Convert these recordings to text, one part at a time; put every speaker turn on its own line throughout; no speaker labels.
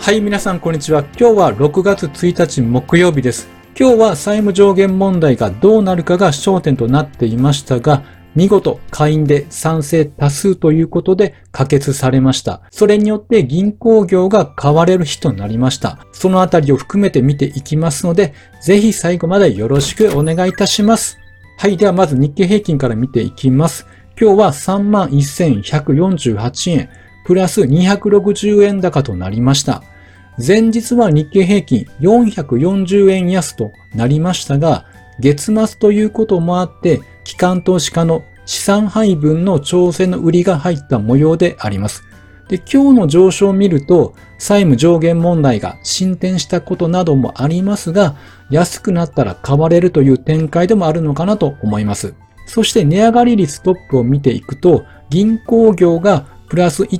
はい、皆さんこんにちは。今日は6月1日木曜日です。今日は債務上限問題がどうなるかが焦点となっていましたが、見事下院で賛成多数ということで可決されました。それによって銀行業が買われる日となりました。そのあたりを含めて見ていきますので、ぜひ最後までよろしくお願いいたします。はい、ではまず日経平均から見ていきます。今日は 31,148 円、プラス260円高となりました。前日は日経平均440円安となりましたが、月末ということもあって、機関投資家の資産配分の調整の売りが入った模様であります。で、今日の上昇を見ると、債務上限問題が進展したことなどもありますが、安くなったら買われるという展開でもあるのかなと思います。そして値上がり率トップを見ていくと、銀行業がプラス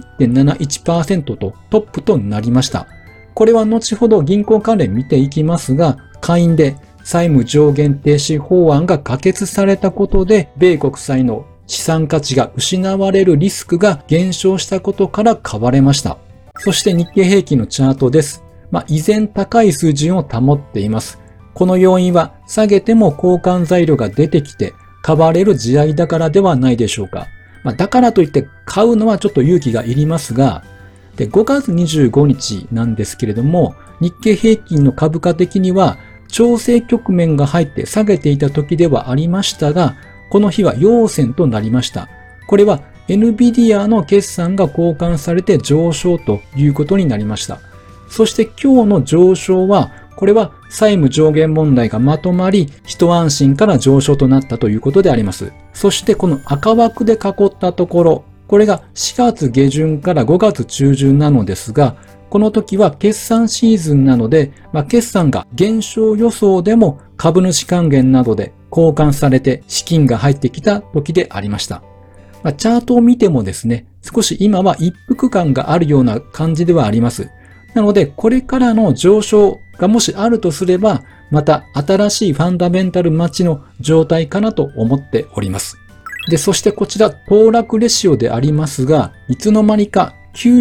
1.71% とトップとなりました。これは後ほど銀行関連見ていきますが、下院で債務上限停止法案が可決されたことで、米国債の資産価値が失われるリスクが減少したことから買われました。そして日経平均のチャートです。依然高い水準を保っています。この要因は下げても交換材料が出てきて買われる地合いだからではないでしょうか。だからといって買うのはちょっと勇気がいりますが、で、5月25日なんですけれども、日経平均の株価的には調整局面が入って下げていた時ではありましたが、この日は陽線となりました。これは NVIDIA の決算が交換されて上昇ということになりました。そして今日の上昇は、これは債務上限問題がまとまり、一安心から上昇となったということであります。そしてこの赤枠で囲ったところ、これが4月下旬から5月中旬なのですが、この時は決算シーズンなので、決算が減少予想でも株主還元などで交換されて資金が入ってきた時でありました。チャートを見てもですね、少し今は一服感があるような感じではあります。なので、これからの上昇がもしあるとすれば、また新しいファンダメンタル待ちの状態かなと思っております。で、そしてこちら、騰落レシオでありますが、いつの間にか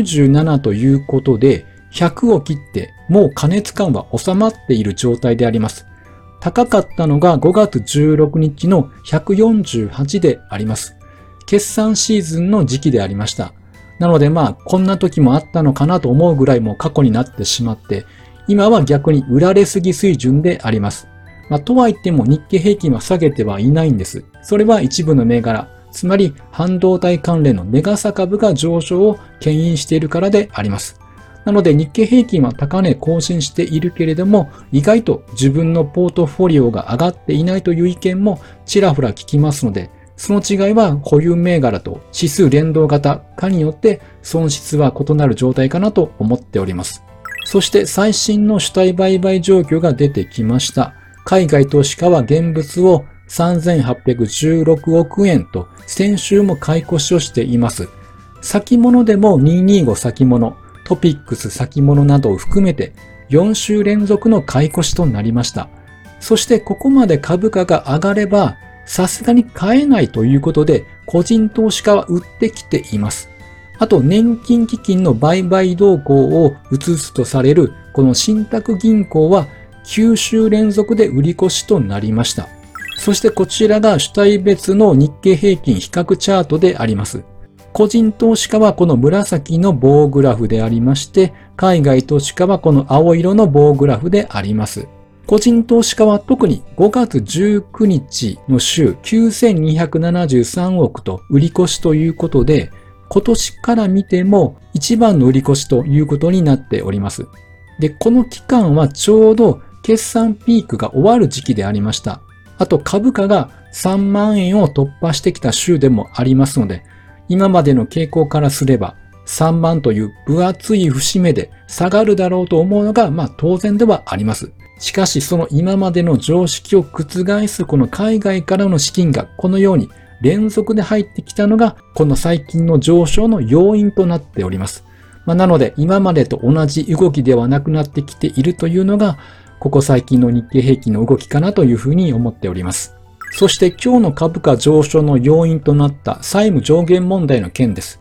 97ということで、100を切ってもう過熱感は収まっている状態であります。高かったのが5月16日の148であります。決算シーズンの時期でありました。なのでこんな時もあったのかなと思うぐらいもう過去になってしまって、今は逆に売られすぎ水準であります。とはいっても日経平均は下げてはいないんです。それは一部の銘柄、つまり半導体関連のメガサ株が上昇を牽引しているからであります。なので日経平均は高値更新しているけれども、意外と自分のポートフォリオが上がっていないという意見もちらほら聞きますので、その違いは保有銘柄と指数連動型かによって損失は異なる状態かなと思っております。そして最新の主体売買状況が出てきました。海外投資家は現物を3816億円と先週も買い越しをしています。先物でも225先物、トピックス先物などを含めて4週連続の買い越しとなりました。そしてここまで株価が上がればさすがに買えないということで個人投資家は売ってきています。あと年金基金の売買動向を移すとされるこの信託銀行は9週連続で売り越しとなりました。そしてこちらが主体別の日経平均比較チャートであります。個人投資家はこの紫の棒グラフでありまして、海外投資家はこの青色の棒グラフであります。個人投資家は特に5月19日の週9273億と売り越しということで、今年から見ても一番の売り越しということになっております。で、この期間はちょうど決算ピークが終わる時期でありました。あと株価が3万円を突破してきた週でもありますので、今までの傾向からすれば3万という分厚い節目で下がるだろうと思うのが当然ではあります。しかしその今までの常識を覆すこの海外からの資金がこのように連続で入ってきたのがこの最近の上昇の要因となっております。なので今までと同じ動きではなくなってきているというのがここ最近の日経平均の動きかなというふうに思っております。そして今日の株価上昇の要因となった債務上限問題の件です。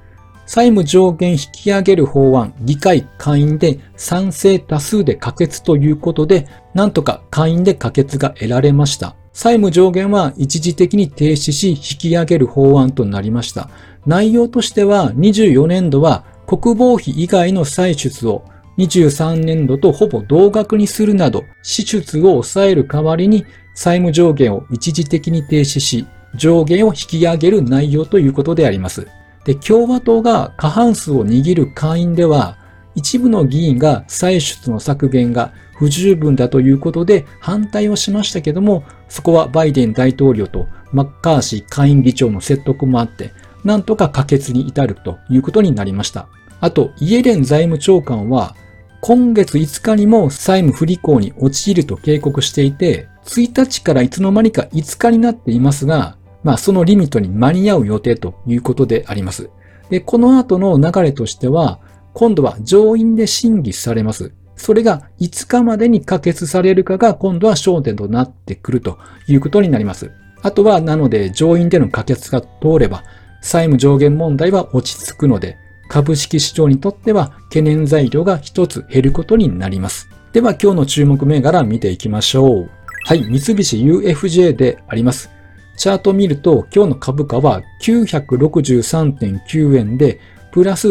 債務上限引き上げる法案、議会下院で賛成多数で可決ということで、なんとか下院で可決が得られました。債務上限は一時的に停止し引き上げる法案となりました。内容としては24年度は国防費以外の歳出を23年度とほぼ同額にするなど支出を抑える代わりに債務上限を一時的に停止し上限を引き上げる内容ということであります。で、共和党が過半数を握る下院では一部の議員が歳出の削減が不十分だということで反対をしましたけども、そこはバイデン大統領とマッカーシー下院議長の説得もあって、なんとか可決に至るということになりました。あと、イエレン財務長官は、今月5日にも債務不履行に陥ると警告していて、1日からいつの間にか5日になっていますが、そのリミットに間に合う予定ということであります。で、この後の流れとしては、今度は上院で審議されます。それが5日までに可決されるかが今度は焦点となってくるということになります。あとは、なので上院での可決が通れば、債務上限問題は落ち着くので、株式市場にとっては懸念材料が一つ減ることになります。では今日の注目銘柄見ていきましょう。はい、三菱 UFJ であります。チャートを見ると今日の株価は 963.9 円でプラス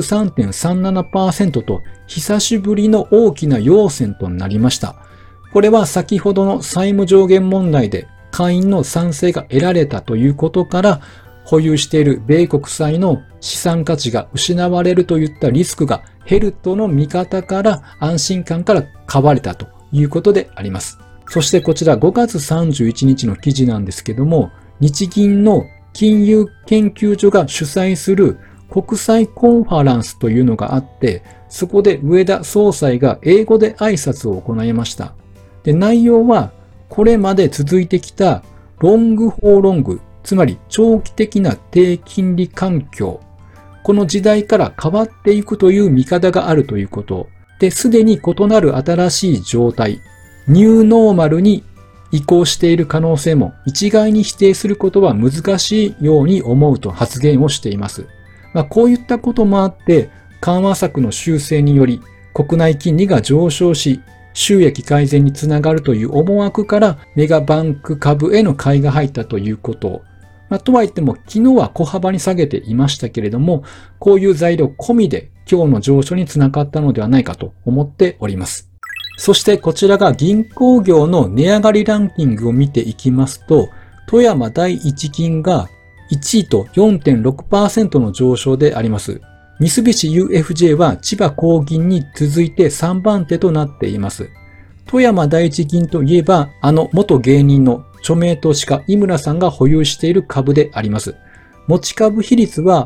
3.37% と久しぶりの大きな陽線となりました。これは先ほどの債務上限問題で下院の賛成が得られたということから保有している米国債の資産価値が失われるといったリスクが減るとの見方から安心感から買われたということであります。そしてこちら5月31日の記事なんですけども、日銀の金融研究所が主催する国際コンファランスというのがあって、そこで植田総裁が英語で挨拶を行いました。で、内容はこれまで続いてきたロング・フォー・ロング、つまり長期的な低金利環境、この時代から変わっていくという見方があるということ。で、すでに異なる新しい状態、ニューノーマルに移行している可能性も一概に否定することは難しいように思うと発言をしています。こういったこともあって、緩和策の修正により国内金利が上昇し、収益改善につながるという思惑からメガバンク株への買いが入ったということ。とはいっても昨日は小幅に下げていましたけれども、こういう材料込みで今日の上昇につながったのではないかと思っております。そしてこちらが銀行業の値上がりランキングを見ていきますと、富山第一銀が1位と 4.6% の上昇であります。三菱 UFJ は千葉工銀に続いて3番手となっています。富山第一銀といえば、元芸人の著名投資家井村さんが保有している株であります。持ち株比率は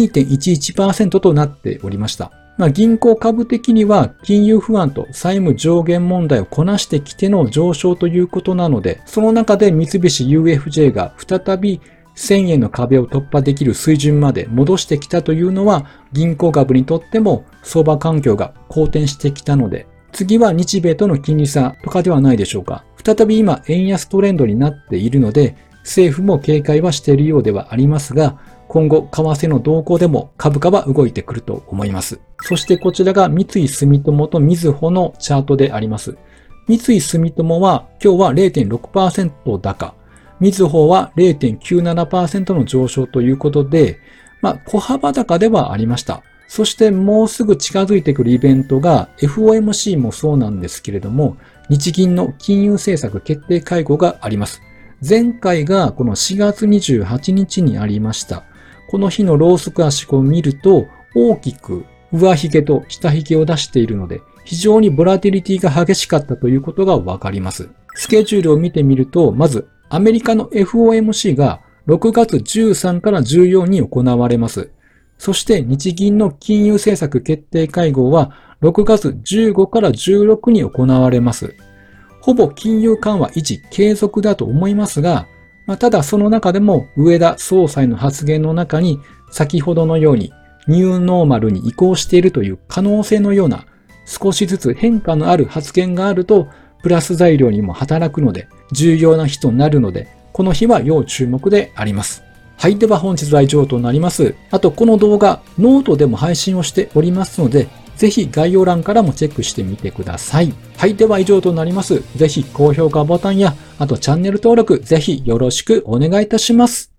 2.11% となっておりました。銀行株的には金融不安と債務上限問題をこなしてきての上昇ということなので、その中で三菱 UFJ が再び1000円の壁を突破できる水準まで戻してきたというのは銀行株にとっても相場環境が好転してきたので、次は日米との金利差とかではないでしょうか。再び今円安トレンドになっているので、政府も警戒はしているようではありますが、今後為替の動向でも株価は動いてくると思います。そしてこちらが三井住友とみずほのチャートであります。三井住友は今日は 0.6% 高、みずほは 0.97% の上昇ということで、小幅高ではありました。そしてもうすぐ近づいてくるイベントが FOMC もそうなんですけれども、日銀の金融政策決定会合があります。前回がこの4月28日にありました。この日のローソク足を見ると大きく上髭と下髭を出しているので、非常にボラティリティが激しかったということがわかります。スケジュールを見てみると、まずアメリカの FOMC が6月13から14に行われます。そして日銀の金融政策決定会合は6月15から16に行われます。ほぼ金融緩和維持継続だと思いますが、ただその中でも植田総裁の発言の中に先ほどのようにニューノーマルに移行しているという可能性のような少しずつ変化のある発言があるとプラス材料にも働くので重要な日となるので、この日は要注目であります。 はい。では本日は以上となります。あと、この動画、ノートでも配信をしておりますので、ぜひ概要欄からもチェックしてみてください。はい。では以上となります。ぜひ高評価ボタンや、あとチャンネル登録、ぜひよろしくお願いいたします。